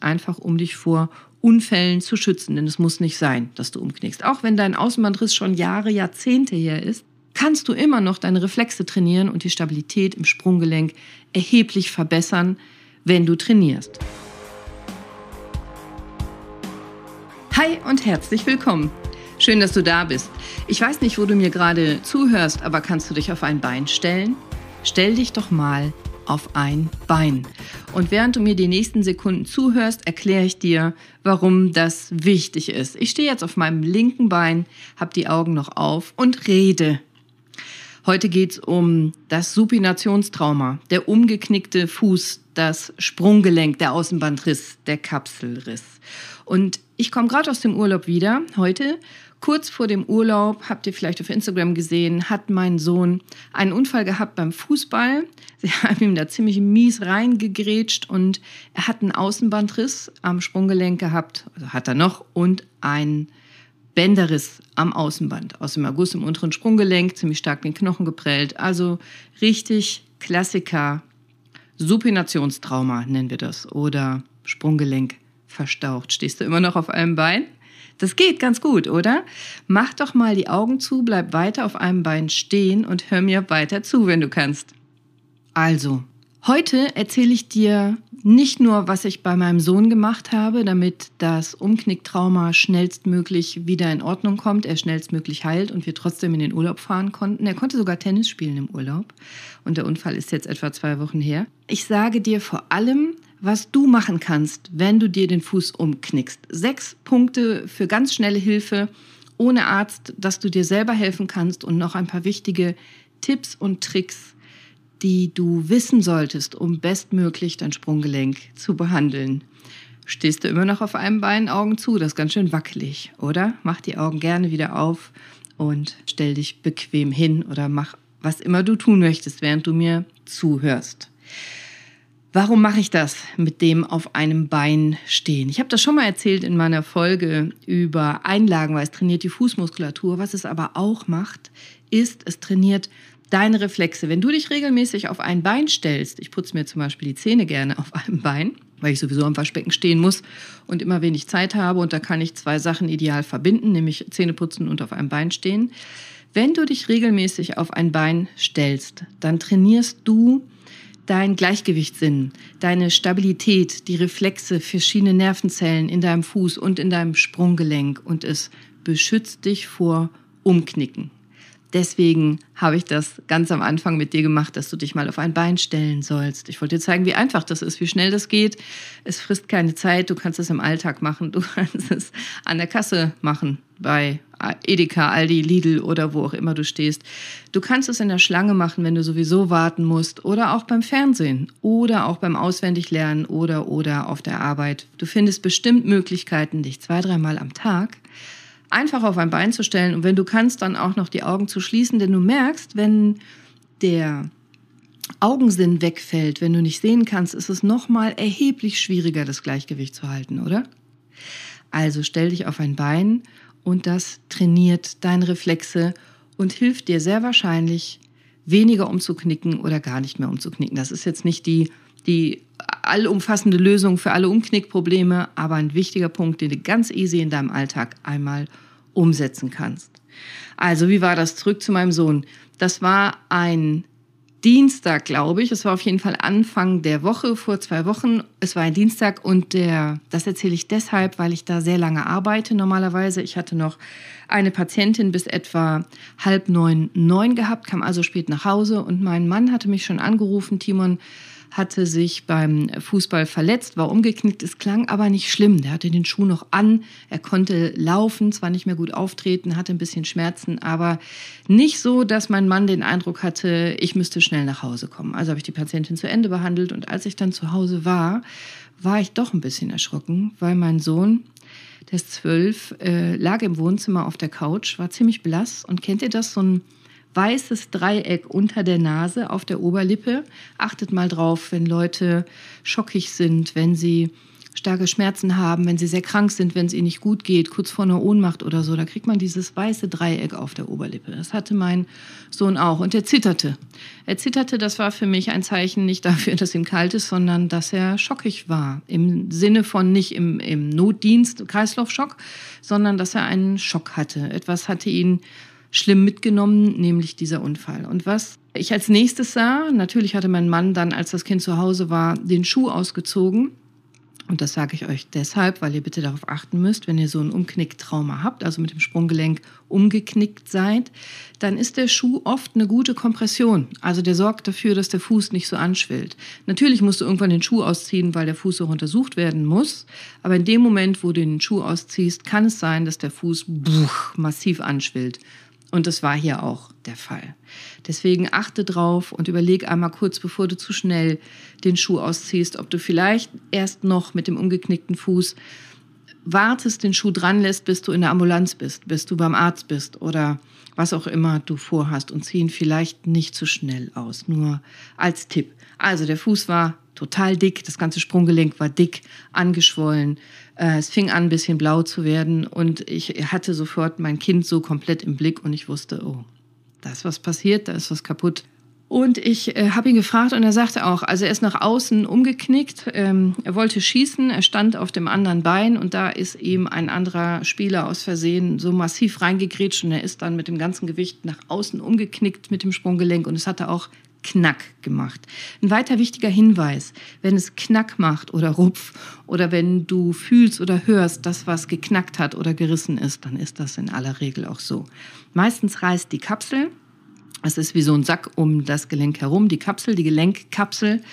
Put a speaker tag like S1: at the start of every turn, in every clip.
S1: einfach um dich vor Unfällen zu schützen. Denn es muss nicht sein, dass du umknickst. Auch wenn dein Außenbandriss schon Jahre, Jahrzehnte her ist, kannst du immer noch deine Reflexe trainieren und die Stabilität im Sprunggelenk erheblich verbessern, wenn du trainierst. Hi und herzlich willkommen. Schön, dass du da bist. Ich weiß nicht, wo du mir gerade zuhörst, aber kannst du dich auf ein Bein stellen? Stell dich doch mal auf ein Bein. Und während du mir die nächsten Sekunden zuhörst, erkläre ich dir, warum das wichtig ist. Ich stehe jetzt auf meinem linken Bein, habe die Augen noch auf und rede. Heute geht es um das Supinationstrauma, der umgeknickte Fuß, das Sprunggelenk, der Außenbandriss, der Kapselriss. Und ich komme gerade aus dem Urlaub wieder. Heute, kurz vor dem Urlaub, habt ihr vielleicht auf Instagram gesehen, hat mein Sohn einen Unfall gehabt beim Fußball. Sie haben ihm da ziemlich mies reingegrätscht und er hat einen Außenbandriss am Sprunggelenk gehabt, also hat er noch, und einen Bänderriss am Außenband, aus dem Erguss im unteren Sprunggelenk, ziemlich stark den Knochen geprellt. Also richtig Klassiker, Supinationstrauma nennen wir das, oder Sprunggelenk verstaucht. Stehst du immer noch auf einem Bein? Das geht ganz gut, oder? Mach doch mal die Augen zu, bleib weiter auf einem Bein stehen und hör mir weiter zu, wenn du kannst. Also, heute erzähle ich dir nicht nur, was ich bei meinem Sohn gemacht habe, damit das Umknicktrauma schnellstmöglich wieder in Ordnung kommt, er schnellstmöglich heilt und wir trotzdem in den Urlaub fahren konnten. Er konnte sogar Tennis spielen im Urlaub und der Unfall ist jetzt etwa 2 Wochen her. Ich sage dir vor allem, was du machen kannst, wenn du dir den Fuß umknickst. 6 Punkte für ganz schnelle Hilfe ohne Arzt, dass du dir selber helfen kannst und noch ein paar wichtige Tipps und Tricks, die du wissen solltest, um bestmöglich dein Sprunggelenk zu behandeln. Stehst du immer noch auf einem Bein, Augen zu? Das ist ganz schön wackelig, oder? Mach die Augen gerne wieder auf und stell dich bequem hin oder mach, was immer du tun möchtest, während du mir zuhörst. Warum mache ich das mit dem auf einem Bein stehen? Ich habe das schon mal erzählt in meiner Folge über Einlagen, weil es trainiert die Fußmuskulatur. Was es aber auch macht, ist, es trainiert deine Reflexe. Wenn du dich regelmäßig auf ein Bein stellst, ich putze mir zum Beispiel die Zähne gerne auf einem Bein, weil ich sowieso am Waschbecken stehen muss und immer wenig Zeit habe und da kann ich 2 Sachen ideal verbinden, nämlich Zähne putzen und auf einem Bein stehen. Wenn du dich regelmäßig auf ein Bein stellst, dann trainierst du dein Gleichgewichtssinn, deine Stabilität, die Reflexe, verschiedene Nervenzellen in deinem Fuß und in deinem Sprunggelenk und es beschützt dich vor Umknicken. Deswegen habe ich das ganz am Anfang mit dir gemacht, dass du dich mal auf ein Bein stellen sollst. Ich wollte dir zeigen, wie einfach das ist, wie schnell das geht. Es frisst keine Zeit, du kannst es im Alltag machen, du kannst es an der Kasse machen, bei Edeka, Aldi, Lidl oder wo auch immer du stehst. Du kannst es in der Schlange machen, wenn du sowieso warten musst oder auch beim Fernsehen oder auch beim Auswendiglernen oder auf der Arbeit. Du findest bestimmt Möglichkeiten, dich 2-3 Mal am Tag einfach auf ein Bein zu stellen und wenn du kannst, dann auch noch die Augen zu schließen, denn du merkst, wenn der Augensinn wegfällt, wenn du nicht sehen kannst, ist es nochmal erheblich schwieriger, das Gleichgewicht zu halten, oder? Also stell dich auf ein Bein und das trainiert deine Reflexe und hilft dir sehr wahrscheinlich, weniger umzuknicken oder gar nicht mehr umzuknicken. Das ist jetzt nicht die allumfassende Lösung für alle Umknickprobleme, aber ein wichtiger Punkt, den du ganz easy in deinem Alltag einmal umsetzen kannst. Also, wie war das? Zurück zu meinem Sohn. Das war ein Dienstag, glaube ich. Es war auf jeden Fall Anfang der Woche, vor 2 Wochen. Es war ein Dienstag und das erzähle ich deshalb, weil ich da sehr lange arbeite normalerweise. Ich hatte noch eine Patientin bis etwa 8:30, 9 gehabt, kam also spät nach Hause und mein Mann hatte mich schon angerufen. Timon hatte sich beim Fußball verletzt, war umgeknickt, es klang aber nicht schlimm. Der hatte den Schuh noch an, er konnte laufen, zwar nicht mehr gut auftreten, hatte ein bisschen Schmerzen, aber nicht so, dass mein Mann den Eindruck hatte, ich müsste schnell nach Hause kommen. Also habe ich die Patientin zu Ende behandelt und als ich dann zu Hause war ich doch ein bisschen erschrocken, weil mein Sohn, der ist 12, lag im Wohnzimmer auf der Couch, war ziemlich blass und kennt ihr das, so ein weißes Dreieck unter der Nase auf der Oberlippe. Achtet mal drauf, wenn Leute schockig sind, wenn sie starke Schmerzen haben, wenn sie sehr krank sind, wenn es ihnen nicht gut geht, kurz vor einer Ohnmacht oder so, da kriegt man dieses weiße Dreieck auf der Oberlippe. Das hatte mein Sohn auch und er zitterte. Er zitterte, das war für mich ein Zeichen nicht dafür, dass ihm kalt ist, sondern dass er schockig war. Im Sinne von nicht im Notdienst, Kreislaufschock, sondern dass er einen Schock hatte. Etwas hatte ihn schlimm mitgenommen, nämlich dieser Unfall. Und was ich als nächstes sah, natürlich hatte mein Mann dann, als das Kind zu Hause war, den Schuh ausgezogen. Und das sage ich euch deshalb, weil ihr bitte darauf achten müsst, wenn ihr so ein Umknicktrauma habt, also mit dem Sprunggelenk umgeknickt seid, dann ist der Schuh oft eine gute Kompression. Also der sorgt dafür, dass der Fuß nicht so anschwillt. Natürlich musst du irgendwann den Schuh ausziehen, weil der Fuß auch untersucht werden muss. Aber in dem Moment, wo du den Schuh ausziehst, kann es sein, dass der Fuß massiv anschwillt. Und das war hier auch der Fall. Deswegen achte drauf und überleg einmal kurz, bevor du zu schnell den Schuh ausziehst, ob du vielleicht erst noch mit dem umgeknickten Fuß wartest, den Schuh dran lässt, bis du in der Ambulanz bist, bis du beim Arzt bist oder was auch immer du vorhast und zieh ihn vielleicht nicht zu schnell aus. Nur als Tipp. Also der Fuß war total dick, das ganze Sprunggelenk war dick, angeschwollen. Es fing an, ein bisschen blau zu werden und ich hatte sofort mein Kind so komplett im Blick und ich wusste, oh, da ist was passiert, da ist was kaputt. Und ich habe ihn gefragt und er sagte auch, also er ist nach außen umgeknickt, er wollte schießen, er stand auf dem anderen Bein und da ist ihm ein anderer Spieler aus Versehen so massiv reingegrätscht und er ist dann mit dem ganzen Gewicht nach außen umgeknickt mit dem Sprunggelenk und es hatte auch Knack gemacht. Ein weiter wichtiger Hinweis, wenn es Knack macht oder Rupf oder wenn du fühlst oder hörst, dass was geknackt hat oder gerissen ist, dann ist das in aller Regel auch so. Meistens reißt die Kapsel, es ist wie so ein Sack um das Gelenk herum, die Kapsel, die Gelenkkapsel.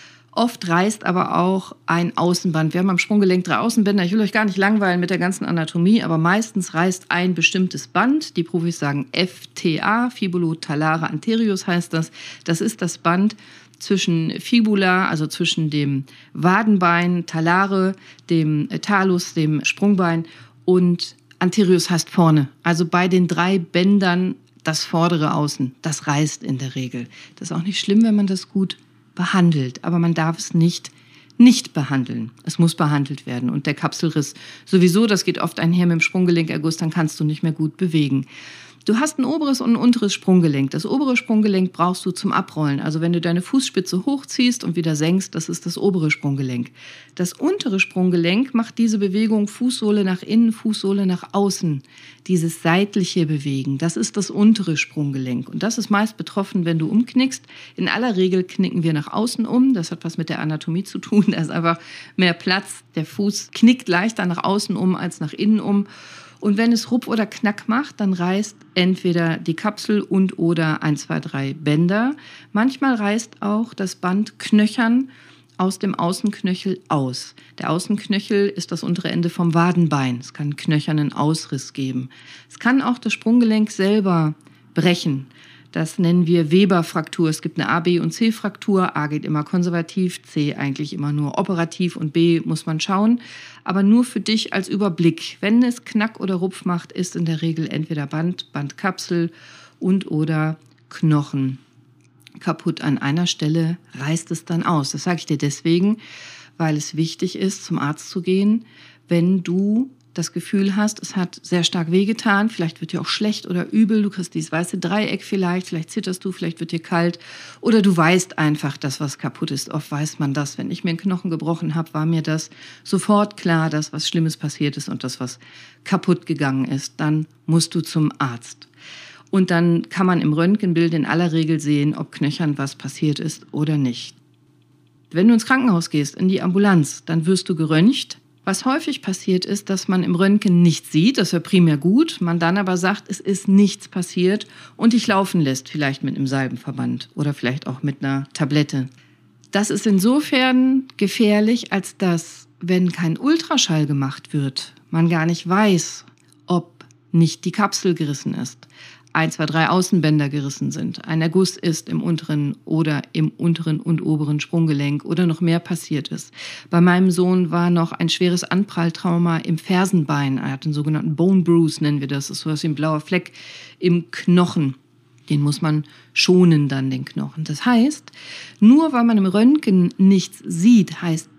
S1: Oft reißt aber auch ein Außenband. Wir haben am Sprunggelenk 3 Außenbänder. Ich will euch gar nicht langweilen mit der ganzen Anatomie, aber meistens reißt ein bestimmtes Band. Die Profis sagen FTA, Fibulotalare anterius heißt das. Das ist das Band zwischen Fibula, also zwischen dem Wadenbein, Talare, dem Talus, dem Sprungbein und anterius heißt vorne. Also bei den 3 Bändern das vordere Außen. Das reißt in der Regel. Das ist auch nicht schlimm, wenn man das gut behandelt, aber man darf es nicht behandeln. Es muss behandelt werden. Und der Kapselriss sowieso, das geht oft einher mit dem Sprunggelenkerguss, dann kannst du nicht mehr gut bewegen. Du hast ein oberes und ein unteres Sprunggelenk. Das obere Sprunggelenk brauchst du zum Abrollen. Also wenn du deine Fußspitze hochziehst und wieder senkst, das ist das obere Sprunggelenk. Das untere Sprunggelenk macht diese Bewegung Fußsohle nach innen, Fußsohle nach außen. Dieses seitliche Bewegen, das ist das untere Sprunggelenk. Und das ist meist betroffen, wenn du umknickst. In aller Regel knicken wir nach außen um. Das hat was mit der Anatomie zu tun. Da ist einfach mehr Platz. Der Fuß knickt leichter nach außen um als nach innen um. Und wenn es Rupp oder Knack macht, dann reißt entweder die Kapsel und oder 1, 2, 3 Bänder. Manchmal reißt auch das Band Knöchern aus dem Außenknöchel aus. Der Außenknöchel ist das untere Ende vom Wadenbein. Es kann einen knöchernen Ausriss geben. Es kann auch das Sprunggelenk selber brechen. Das nennen wir Weber-Fraktur. Es gibt eine A-, B- und C-Fraktur. A geht immer konservativ, C eigentlich immer nur operativ und B muss man schauen. Aber nur für dich als Überblick. Wenn es Knack oder Rupf macht, ist in der Regel entweder Bandkapsel und oder Knochen kaputt an einer Stelle, reißt es dann aus. Das sage ich dir deswegen, weil es wichtig ist, zum Arzt zu gehen, wenn du das Gefühl hast, es hat sehr stark wehgetan, vielleicht wird dir auch schlecht oder übel, du kriegst dieses weiße Dreieck vielleicht zitterst du, vielleicht wird dir kalt oder du weißt einfach, dass was kaputt ist. Oft weiß man das. Wenn ich mir einen Knochen gebrochen habe, war mir das sofort klar, dass was Schlimmes passiert ist und dass was kaputt gegangen ist. Dann musst du zum Arzt. Und dann kann man im Röntgenbild in aller Regel sehen, ob knöchern was passiert ist oder nicht. Wenn du ins Krankenhaus gehst, in die Ambulanz, dann wirst du geröntgt. Was häufig passiert ist, dass man im Röntgen nichts sieht, das wäre primär gut, man dann aber sagt, es ist nichts passiert und dich laufen lässt, vielleicht mit einem Salbenverband oder vielleicht auch mit einer Tablette. Das ist insofern gefährlich, als dass, wenn kein Ultraschall gemacht wird, man gar nicht weiß, ob nicht die Kapsel gerissen ist. 1, 2, 3 Außenbänder gerissen sind, ein Erguss ist im unteren oder im unteren und oberen Sprunggelenk oder noch mehr passiert ist. Bei meinem Sohn war noch ein schweres Anpralltrauma im Fersenbein. Er hat einen sogenannten Bone Bruise, nennen wir das. Das ist so was wie ein blauer Fleck im Knochen. Den muss man schonen dann, den Knochen. Das heißt, nur weil man im Röntgen nichts sieht, heißt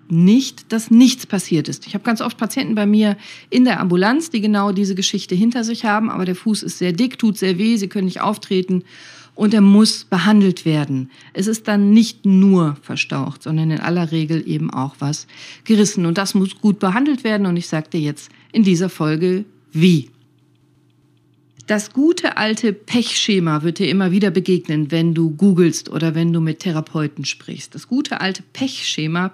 S1: nicht, dass nichts passiert ist. Ich habe ganz oft Patienten bei mir in der Ambulanz, die genau diese Geschichte hinter sich haben, aber der Fuß ist sehr dick, tut sehr weh, sie können nicht auftreten und er muss behandelt werden. Es ist dann nicht nur verstaucht, sondern in aller Regel eben auch was gerissen. Und das muss gut behandelt werden und ich sage dir jetzt in dieser Folge, wie. Das gute alte Pechschema wird dir immer wieder begegnen, wenn du googelst oder wenn du mit Therapeuten sprichst. Das gute alte Pechschema,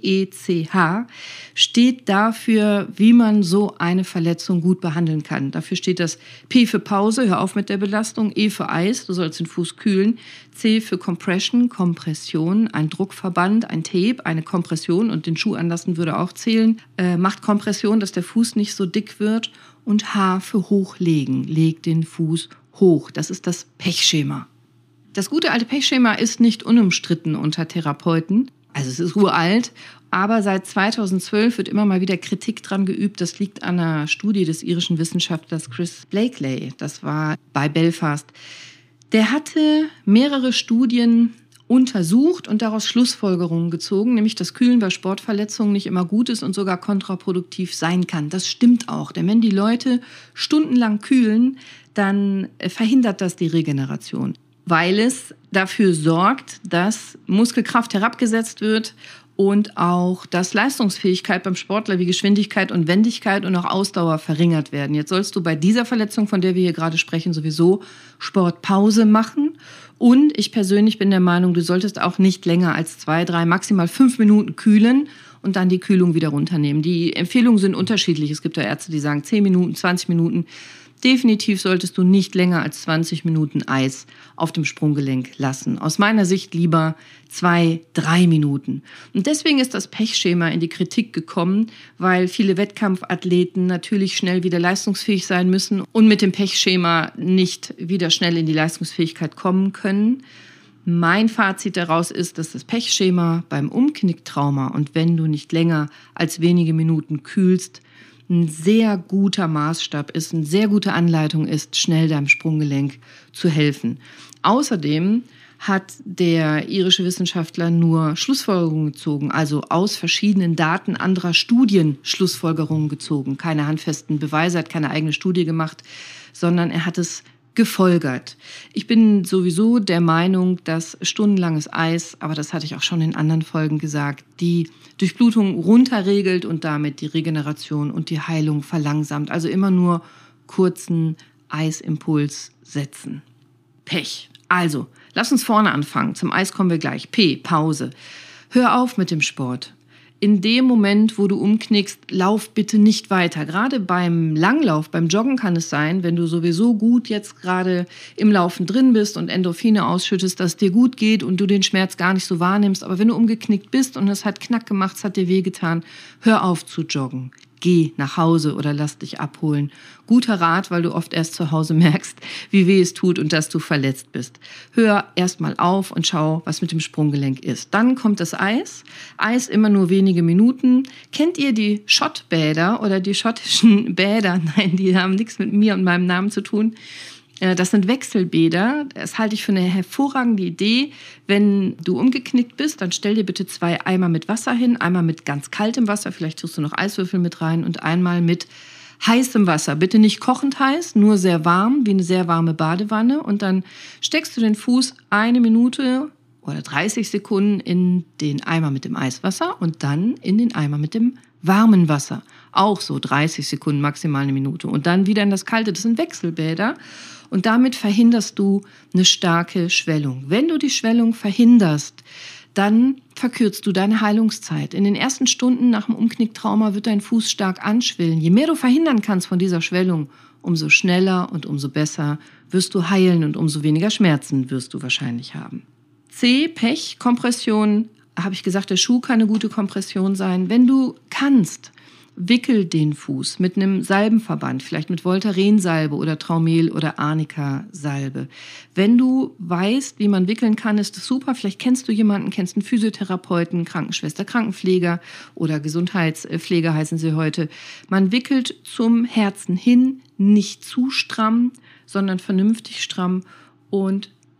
S1: P-E-C-H, steht dafür, wie man so eine Verletzung gut behandeln kann. Dafür steht das P für Pause, hör auf mit der Belastung, E für Eis, du sollst den Fuß kühlen, C für Compression, Kompression, ein Druckverband, ein Tape, eine Kompression und den Schuh anlassen würde auch zählen, macht Kompression, dass der Fuß nicht so dick wird. Und H für hochlegen, leg den Fuß hoch. Das ist das Pechschema. Das gute alte Pechschema ist nicht unumstritten unter Therapeuten. Also es ist uralt, aber seit 2012 wird immer mal wieder Kritik dran geübt. Das liegt an einer Studie des irischen Wissenschaftlers Chris Blakely. Das war bei Belfast. Der hatte mehrere Studien untersucht und daraus Schlussfolgerungen gezogen, nämlich dass Kühlen bei Sportverletzungen nicht immer gut ist und sogar kontraproduktiv sein kann. Das stimmt auch, denn wenn die Leute stundenlang kühlen, dann verhindert das die Regeneration, weil es dafür sorgt, dass Muskelkraft herabgesetzt wird und auch, dass Leistungsfähigkeit beim Sportler wie Geschwindigkeit und Wendigkeit und auch Ausdauer verringert werden. Jetzt sollst du bei dieser Verletzung, von der wir hier gerade sprechen, sowieso Sportpause machen. Und ich persönlich bin der Meinung, du solltest auch nicht länger als 2, 3, maximal 5 Minuten kühlen und dann die Kühlung wieder runternehmen. Die Empfehlungen sind unterschiedlich. Es gibt ja Ärzte, die sagen 10 Minuten, 20 Minuten. Definitiv solltest du nicht länger als 20 Minuten Eis auf dem Sprunggelenk lassen. Aus meiner Sicht lieber 2, 3 Minuten. Und deswegen ist das Pechschema in die Kritik gekommen, weil viele Wettkampfathleten natürlich schnell wieder leistungsfähig sein müssen und mit dem Pechschema nicht wieder schnell in die Leistungsfähigkeit kommen können. Mein Fazit daraus ist, dass das Pechschema beim Umknicktrauma und wenn du nicht länger als wenige Minuten kühlst, ein sehr guter Maßstab ist, eine sehr gute Anleitung ist, schnell deinem Sprunggelenk zu helfen. Außerdem hat der irische Wissenschaftler nur Schlussfolgerungen gezogen, also aus verschiedenen Daten anderer Studien Schlussfolgerungen gezogen. Keine handfesten Beweise, hat keine eigene Studie gemacht, sondern er hat es gefolgert. Ich bin sowieso der Meinung, dass stundenlanges Eis, aber das hatte ich auch schon in anderen Folgen gesagt, die Durchblutung runterregelt und damit die Regeneration und die Heilung verlangsamt. Also immer nur kurzen Eisimpuls setzen. Pech. Also, lass uns vorne anfangen. Zum Eis kommen wir gleich. P, Pause. Hör auf mit dem Sport. In dem Moment, wo du umknickst, lauf bitte nicht weiter. Gerade beim Langlauf, beim Joggen kann es sein, wenn du sowieso gut jetzt gerade im Laufen drin bist und Endorphine ausschüttest, dass es dir gut geht und du den Schmerz gar nicht so wahrnimmst. Aber wenn du umgeknickt bist und es hat Knack gemacht, es hat dir wehgetan, hör auf zu joggen. Geh nach Hause oder lass dich abholen. Guter Rat, weil du oft erst zu Hause merkst, wie weh es tut und dass du verletzt bist. Hör erst mal auf und schau, was mit dem Sprunggelenk ist. Dann kommt das Eis. Eis immer nur wenige Minuten. Kennt ihr die Schottbäder oder die schottischen Bäder? Nein, die haben nichts mit mir und meinem Namen zu tun. Das sind Wechselbäder. Das halte ich für eine hervorragende Idee. Wenn du umgeknickt bist, dann stell dir bitte 2 Eimer mit Wasser hin. Einmal mit ganz kaltem Wasser, vielleicht tust du noch Eiswürfel mit rein und einmal mit heißem Wasser. Bitte nicht kochend heiß, nur sehr warm, wie eine sehr warme Badewanne. Und dann steckst du den Fuß 1 Minute oder 30 Sekunden in den Eimer mit dem Eiswasser und dann in den Eimer mit dem warmen Wasser. Auch so 30 Sekunden, maximal 1 Minute. Und dann wieder in das kalte. Das sind Wechselbäder. Und damit verhinderst du eine starke Schwellung. Wenn du die Schwellung verhinderst, dann verkürzt du deine Heilungszeit. In den ersten Stunden nach dem Umknicktrauma wird dein Fuß stark anschwillen. Je mehr du verhindern kannst von dieser Schwellung, umso schneller und umso besser wirst du heilen und umso weniger Schmerzen wirst du wahrscheinlich haben. C, Pech, Kompression. Habe ich gesagt, der Schuh kann eine gute Kompression sein. Wenn du kannst, wickel den Fuß mit einem Salbenverband, vielleicht mit Voltaren-Salbe oder Traumel- oder Arnika-Salbe. Wenn du weißt, wie man wickeln kann, ist das super. Vielleicht kennst du jemanden, kennst einen Physiotherapeuten, Krankenschwester, Krankenpfleger oder Gesundheitspfleger heißen sie heute. Man wickelt zum Herzen hin, nicht zu stramm, sondern vernünftig stramm und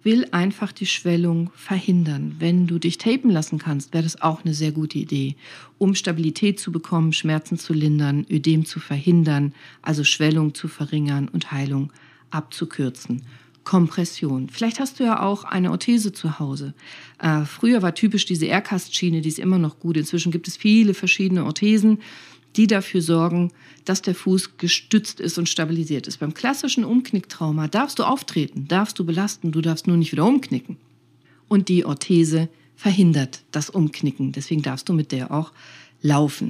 S1: will einfach die Schwellung verhindern. Wenn du dich tapen lassen kannst, wäre das auch eine sehr gute Idee, um Stabilität zu bekommen, Schmerzen zu lindern, Ödem zu verhindern, also Schwellung zu verringern und Heilung abzukürzen. Kompression. Vielleicht hast du ja auch eine Orthese zu Hause. Früher war typisch diese Aircast-Schiene, die ist immer noch gut. Inzwischen gibt es viele verschiedene Orthesen, die dafür sorgen, dass der Fuß gestützt ist und stabilisiert ist. Beim klassischen Umknicktrauma darfst du auftreten, darfst du belasten, du darfst nur nicht wieder umknicken. Und die Orthese verhindert das Umknicken, deswegen darfst du mit der auch laufen.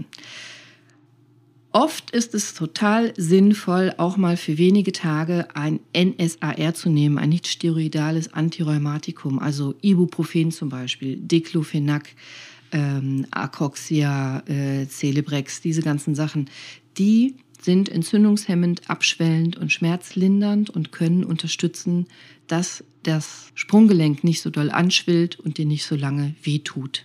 S1: Oft ist es total sinnvoll, auch mal für wenige Tage ein NSAR zu nehmen, ein nicht-steroidales Antirheumatikum, also Ibuprofen zum Beispiel, Diclofenac, Acoxia, Celebrex, diese ganzen Sachen, die sind entzündungshemmend, abschwellend und schmerzlindernd und können unterstützen, dass das Sprunggelenk nicht so doll anschwillt und dir nicht so lange wehtut.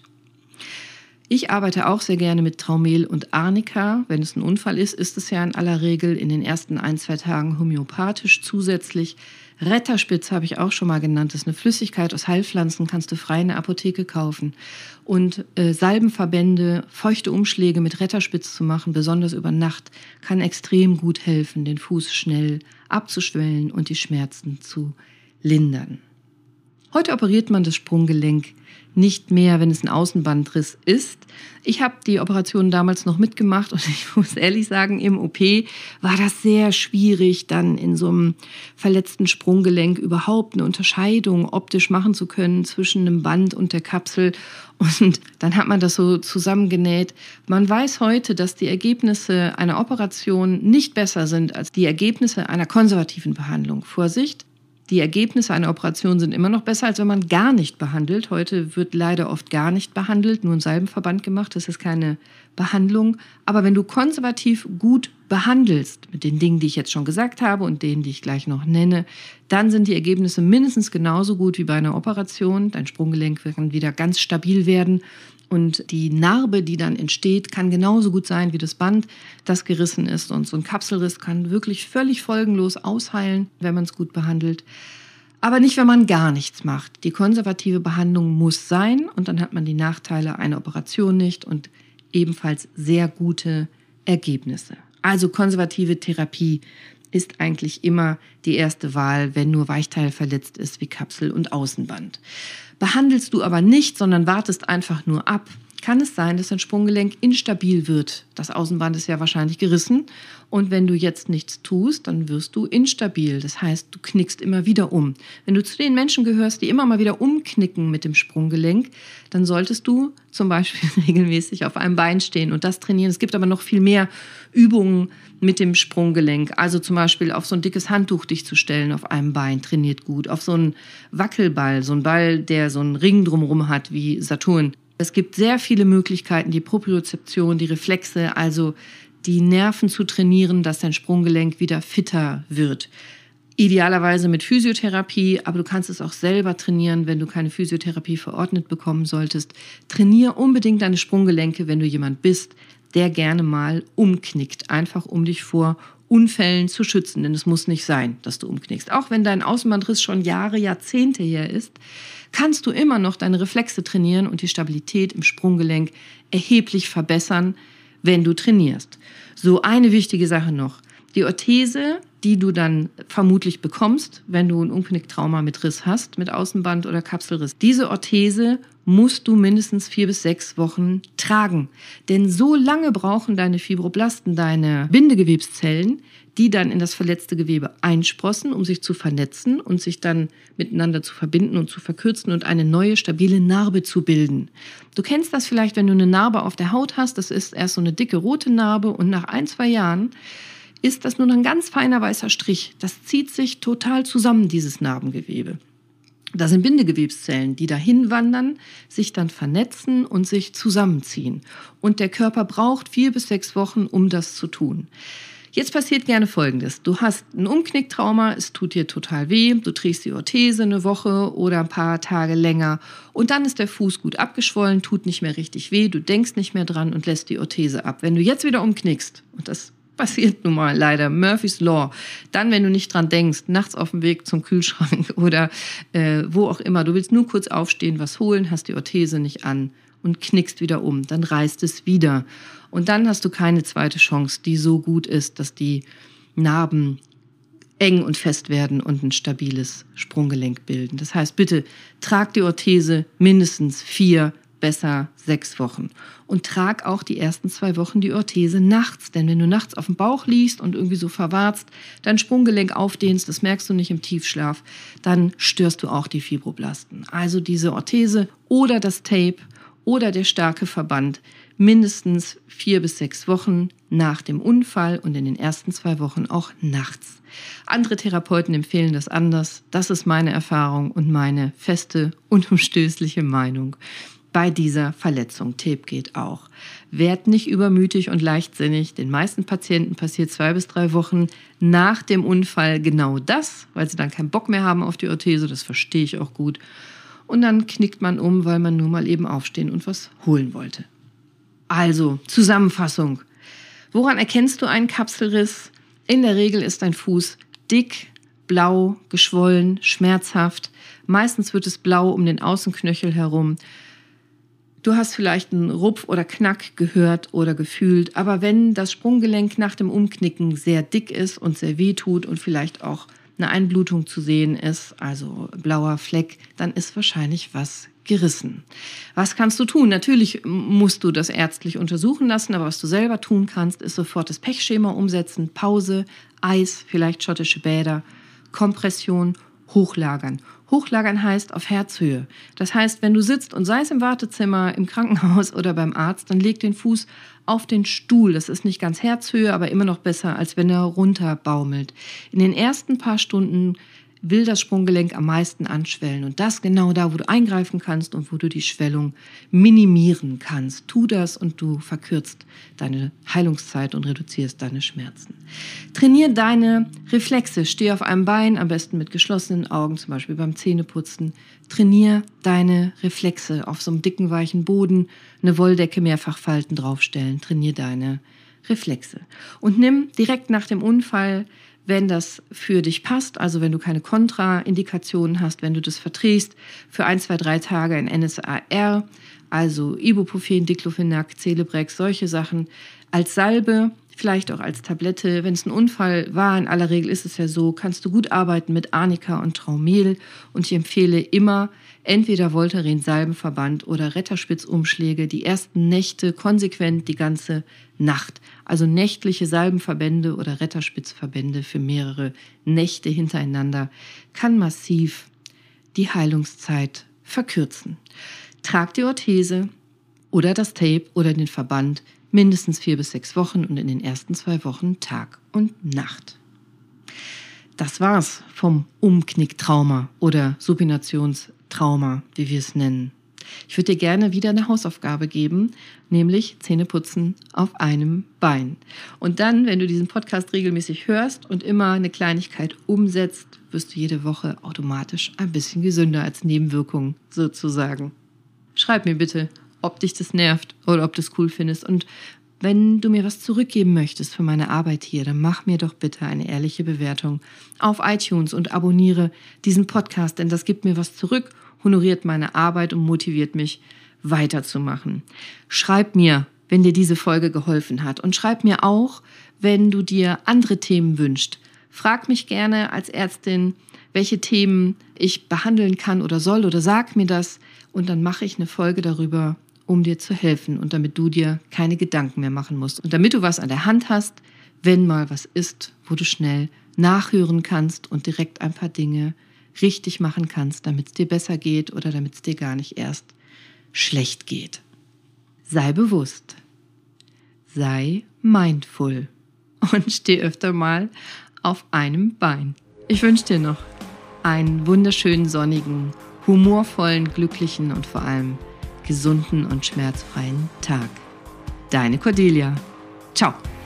S1: Ich arbeite auch sehr gerne mit Traumel und Arnika. Wenn es ein Unfall ist, ist es ja in aller Regel in den ersten 1-2 Tagen homöopathisch zusätzlich. Retterspitz habe ich auch schon mal genannt. Das ist eine Flüssigkeit aus Heilpflanzen, kannst du frei in der Apotheke kaufen. Und Salbenverbände, feuchte Umschläge mit Retterspitz zu machen, besonders über Nacht, kann extrem gut helfen, den Fuß schnell abzuschwellen und die Schmerzen zu lindern. Heute operiert man das Sprunggelenk nicht mehr, wenn es ein Außenbandriss ist. Ich habe die Operation damals noch mitgemacht und ich muss ehrlich sagen, im OP war das sehr schwierig, dann in so einem verletzten Sprunggelenk überhaupt eine Unterscheidung optisch machen zu können zwischen einem Band und der Kapsel. Und dann hat man das so zusammengenäht. Man weiß heute, dass die Ergebnisse einer Operation nicht besser sind als die Ergebnisse einer konservativen Behandlung. Vorsicht! Die Ergebnisse einer Operation sind immer noch besser, als wenn man gar nicht behandelt. Heute wird leider oft gar nicht behandelt, nur ein Salbenverband gemacht. Das ist keine Behandlung. Aber wenn du konservativ gut behandelst, mit den Dingen, die ich jetzt schon gesagt habe und denen, die ich gleich noch nenne, dann sind die Ergebnisse mindestens genauso gut wie bei einer Operation. Dein Sprunggelenk kann wieder ganz stabil werden. Und die Narbe, die dann entsteht, kann genauso gut sein wie das Band, das gerissen ist. Und so ein Kapselriss kann wirklich völlig folgenlos ausheilen, wenn man es gut behandelt. Aber nicht, wenn man gar nichts macht. Die konservative Behandlung muss sein und dann hat man die Nachteile einer Operation nicht und ebenfalls sehr gute Ergebnisse. Also konservative Therapie ist eigentlich immer die erste Wahl, wenn nur Weichteil verletzt ist wie Kapsel und Außenband. Behandelst du aber nicht, sondern wartest einfach nur ab, kann es sein, dass dein Sprunggelenk instabil wird. Das Außenband ist ja wahrscheinlich gerissen und wenn du jetzt nichts tust, dann wirst du instabil. Das heißt, du knickst immer wieder um. Wenn du zu den Menschen gehörst, die immer mal wieder umknicken mit dem Sprunggelenk, dann solltest du zum Beispiel regelmäßig auf einem Bein stehen und das trainieren. Es gibt aber noch viel mehr Übungen mit dem Sprunggelenk. Also zum Beispiel auf so ein dickes Handtuch dich zu stellen auf einem Bein, trainiert gut. Auf so einen Wackelball, so einen Ball, der so einen Ring drumherum hat wie Saturn. Es gibt sehr viele Möglichkeiten, die Propriozeption, die Reflexe, also die Nerven zu trainieren, dass dein Sprunggelenk wieder fitter wird. Idealerweise mit Physiotherapie, aber du kannst es auch selber trainieren, wenn du keine Physiotherapie verordnet bekommen solltest. Trainier unbedingt deine Sprunggelenke, wenn du jemand bist, der gerne mal umknickt, einfach um dich vor Unfällen zu schützen, denn es muss nicht sein, dass du umknickst. Auch wenn dein Außenbandriss schon Jahre, Jahrzehnte her ist, kannst du immer noch deine Reflexe trainieren und die Stabilität im Sprunggelenk erheblich verbessern, wenn du trainierst. So eine wichtige Sache noch. Die Orthese, die du dann vermutlich bekommst, wenn du ein Umknicktrauma mit Riss hast, mit Außenband oder Kapselriss. Diese Orthese musst du mindestens 4 bis 6 Wochen tragen. Denn so lange brauchen deine Fibroblasten, deine Bindegewebszellen, die dann in das verletzte Gewebe einsprossen, um sich zu vernetzen und sich dann miteinander zu verbinden und zu verkürzen und eine neue, stabile Narbe zu bilden. Du kennst das vielleicht, wenn du eine Narbe auf der Haut hast. Das ist erst so eine dicke rote Narbe und nach 1-2 Jahren ist das nur ein ganz feiner weißer Strich. Das zieht sich total zusammen, dieses Narbengewebe. Da sind Bindegewebszellen, die dahin wandern, sich dann vernetzen und sich zusammenziehen. Und der Körper braucht 4 bis 6 Wochen, um das zu tun. Jetzt passiert gerne Folgendes. Du hast ein Umknicktrauma, es tut dir total weh, du trägst die Orthese eine Woche oder ein paar Tage länger und dann ist der Fuß gut abgeschwollen, tut nicht mehr richtig weh, du denkst nicht mehr dran und lässt die Orthese ab. Wenn du jetzt wieder umknickst, und das passiert nun mal leider, Murphy's Law. Dann, wenn du nicht dran denkst, nachts auf dem Weg zum Kühlschrank oder wo auch immer, du willst nur kurz aufstehen, was holen, hast die Orthese nicht an und knickst wieder um, dann reißt es wieder. Und dann hast du keine zweite Chance, die so gut ist, dass die Narben eng und fest werden und ein stabiles Sprunggelenk bilden. Das heißt, bitte trag die Orthese mindestens 4, besser 6 Wochen. Und trag auch die ersten 2 Wochen die Orthese nachts. Denn wenn du nachts auf dem Bauch liegst und irgendwie so verwarzt, dein Sprunggelenk aufdehnst, das merkst du nicht im Tiefschlaf, dann störst du auch die Fibroblasten. Also diese Orthese oder das Tape oder der starke Verband mindestens 4 bis 6 Wochen nach dem Unfall und in den ersten 2 Wochen auch nachts. Andere Therapeuten empfehlen das anders. Das ist meine Erfahrung und meine feste, unumstößliche Meinung. Bei dieser Verletzung, Tape geht auch. Werd nicht übermütig und leichtsinnig. Den meisten Patienten passiert 2 bis 3 Wochen nach dem Unfall genau das, weil sie dann keinen Bock mehr haben auf die Orthese. Das verstehe ich auch gut. Und dann knickt man um, weil man nur mal eben aufstehen und was holen wollte. Also, Zusammenfassung. Woran erkennst du einen Kapselriss? In der Regel ist dein Fuß dick, blau, geschwollen, schmerzhaft. Meistens wird es blau um den Außenknöchel herum. Du hast vielleicht einen Rupf oder Knack gehört oder gefühlt, aber wenn das Sprunggelenk nach dem Umknicken sehr dick ist und sehr weh tut und vielleicht auch eine Einblutung zu sehen ist, also blauer Fleck, dann ist wahrscheinlich was gerissen. Was kannst du tun? Natürlich musst du das ärztlich untersuchen lassen, aber was du selber tun kannst, ist sofort das Pechschema umsetzen, Pause, Eis, vielleicht schottische Bäder, Kompression, hochlagern. Hochlagern heißt auf Herzhöhe. Das heißt, wenn du sitzt und sei es im Wartezimmer, im Krankenhaus oder beim Arzt, dann leg den Fuß auf den Stuhl. Das ist nicht ganz Herzhöhe, aber immer noch besser, als wenn er runterbaumelt. In den ersten paar Stunden will das Sprunggelenk am meisten anschwellen. Und das genau da, wo du eingreifen kannst und wo du die Schwellung minimieren kannst. Tu das und du verkürzt deine Heilungszeit und reduzierst deine Schmerzen. Trainier deine Reflexe. Steh auf einem Bein, am besten mit geschlossenen Augen, zum Beispiel beim Zähneputzen. Trainier deine Reflexe auf so einem dicken, weichen Boden, eine Wolldecke mehrfach falten, draufstellen. Trainier deine Reflexe. Und nimm direkt nach dem Unfall, wenn das für dich passt, also wenn du keine Kontraindikationen hast, wenn du das verträgst, für 1, 2, 3 Tage ein NSAR, also Ibuprofen, Diclofenac, Celebrex, solche Sachen, als Salbe, vielleicht auch als Tablette. Wenn es ein Unfall war, in aller Regel ist es ja so, kannst du gut arbeiten mit Arnika und Traumel. Und ich empfehle immer entweder Voltaren Salbenverband oder Retterspitzumschläge die ersten Nächte konsequent die ganze Nacht. Also nächtliche Salbenverbände oder Retterspitzverbände für mehrere Nächte hintereinander kann massiv die Heilungszeit verkürzen. Trag die Orthese oder das Tape oder den Verband mindestens 4 bis 6 Wochen und in den ersten 2 Wochen Tag und Nacht. Das war's vom Umknicktrauma oder Supinationstrauma, wie wir es nennen. Ich würde dir gerne wieder eine Hausaufgabe geben, nämlich Zähneputzen auf einem Bein. Und dann, wenn du diesen Podcast regelmäßig hörst und immer eine Kleinigkeit umsetzt, wirst du jede Woche automatisch ein bisschen gesünder als Nebenwirkung sozusagen. Schreib mir bitte, ob dich das nervt oder ob du es cool findest. Und wenn du mir was zurückgeben möchtest für meine Arbeit hier, dann mach mir doch bitte eine ehrliche Bewertung auf iTunes und abonniere diesen Podcast, denn das gibt mir was zurück, honoriert meine Arbeit und motiviert mich, weiterzumachen. Schreib mir, wenn dir diese Folge geholfen hat. Und schreib mir auch, wenn du dir andere Themen wünschst. Frag mich gerne als Ärztin, welche Themen ich behandeln kann oder soll oder sag mir das. Und dann mache ich eine Folge darüber, um dir zu helfen und damit du dir keine Gedanken mehr machen musst. Und damit du was an der Hand hast, wenn mal was ist, wo du schnell nachhören kannst und direkt ein paar Dinge richtig machen kannst, damit es dir besser geht oder damit es dir gar nicht erst schlecht geht. Sei bewusst, sei mindful und steh öfter mal auf einem Bein. Ich wünsche dir noch einen wunderschönen, sonnigen, humorvollen, glücklichen und vor allem gesunden und schmerzfreien Tag. Deine Cordelia. Ciao.